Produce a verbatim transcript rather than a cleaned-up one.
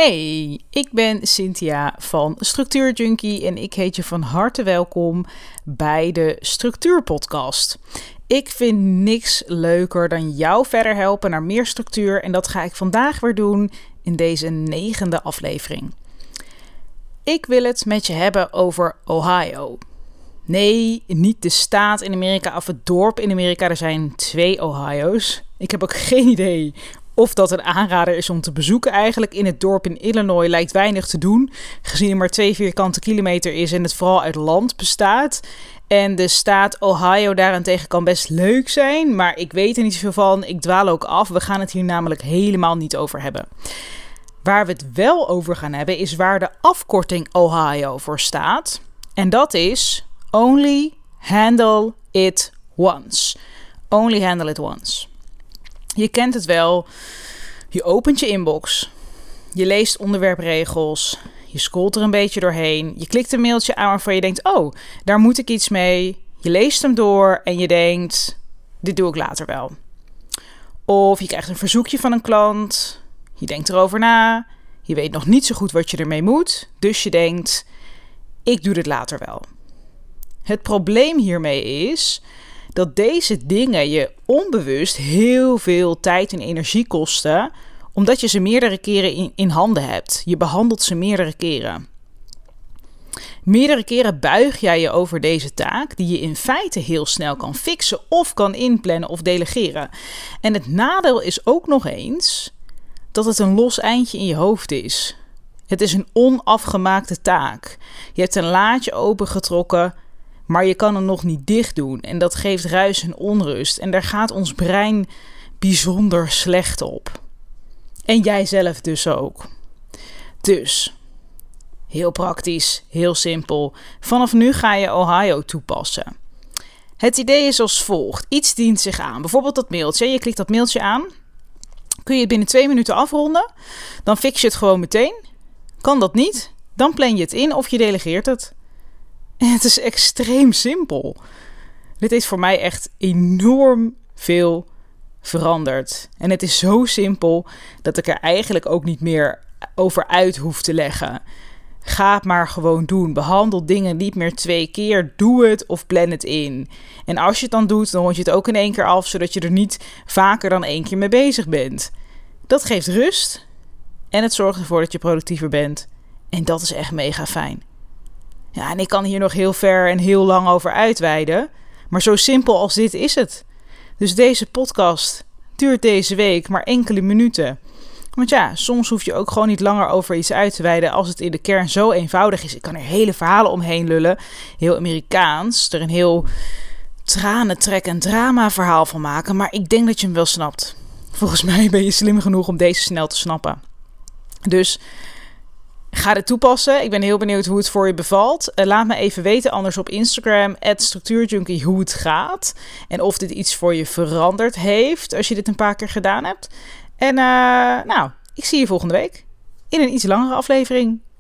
Hey, ik ben Cynthia van Structuur Junkie en ik heet je van harte welkom bij de Structuur Podcast. Ik vind niks leuker dan jou verder helpen naar meer structuur en dat ga ik vandaag weer doen in deze negende aflevering. Ik wil het met je hebben over Ohio. Nee, niet de staat in Amerika of het dorp in Amerika. Er zijn twee Ohio's. Ik heb ook geen idee of dat een aanrader is om te bezoeken eigenlijk. In het dorp in Illinois lijkt weinig te doen, gezien er maar twee vierkante kilometer is en het vooral uit land bestaat. En de staat Ohio daarentegen kan best leuk zijn, maar ik weet er niet zoveel van. Ik dwaal ook af. We gaan het hier namelijk helemaal niet over hebben. Waar we het wel over gaan hebben is waar de afkorting Ohio voor staat. En dat is Only Handle It Once. Only Handle It Once. Je kent het wel. Je opent je inbox. Je leest onderwerpregels. Je scrolt er een beetje doorheen. Je klikt een mailtje aan waarvan je denkt, oh, daar moet ik iets mee. Je leest hem door en je denkt, dit doe ik later wel. Of je krijgt een verzoekje van een klant. Je denkt erover na. Je weet nog niet zo goed wat je ermee moet. Dus je denkt, ik doe dit later wel. Het probleem hiermee is dat deze dingen je onbewust heel veel tijd en energie kosten, omdat je ze meerdere keren in, in handen hebt. Je behandelt ze meerdere keren. Meerdere keren buig jij je over deze taak, die je in feite heel snel kan fixen of kan inplannen of delegeren. En het nadeel is ook nog eens dat het een los eindje in je hoofd is. Het is een onafgemaakte taak. Je hebt een laadje opengetrokken, maar je kan hem nog niet dicht doen. En dat geeft ruis en onrust. En daar gaat ons brein bijzonder slecht op. En jij zelf dus ook. Dus, heel praktisch, heel simpel. Vanaf nu ga je Ohio toepassen. Het idee is als volgt. Iets dient zich aan. Bijvoorbeeld dat mailtje. Je klikt dat mailtje aan. Kun je het binnen twee minuten afronden. Dan fix je het gewoon meteen. Kan dat niet? Dan plan je het in of je delegeert het. En het is extreem simpel. Dit heeft voor mij echt enorm veel veranderd. En het is zo simpel dat ik er eigenlijk ook niet meer over uit hoef te leggen. Ga het maar gewoon doen. Behandel dingen niet meer twee keer. Doe het of plan het in. En als je het dan doet, dan rond je het ook in één keer af, zodat je er niet vaker dan één keer mee bezig bent. Dat geeft rust en het zorgt ervoor dat je productiever bent. En dat is echt mega fijn. Ja, en ik kan hier nog heel ver en heel lang over uitweiden. Maar zo simpel als dit is het. Dus deze podcast duurt deze week maar enkele minuten. Want ja, soms hoef je ook gewoon niet langer over iets uit te wijden als het in de kern zo eenvoudig is. Ik kan er hele verhalen omheen lullen. Heel Amerikaans. Er een heel tranentrek en drama verhaal van maken. Maar ik denk dat je hem wel snapt. Volgens mij ben je slim genoeg om deze snel te snappen. Dus ga dit toepassen. Ik ben heel benieuwd hoe het voor je bevalt. Uh, laat me even weten anders op Instagram, at structuurjunkie, hoe het gaat. En of dit iets voor je veranderd heeft als je dit een paar keer gedaan hebt. En uh, nou, ik zie je volgende week in een iets langere aflevering.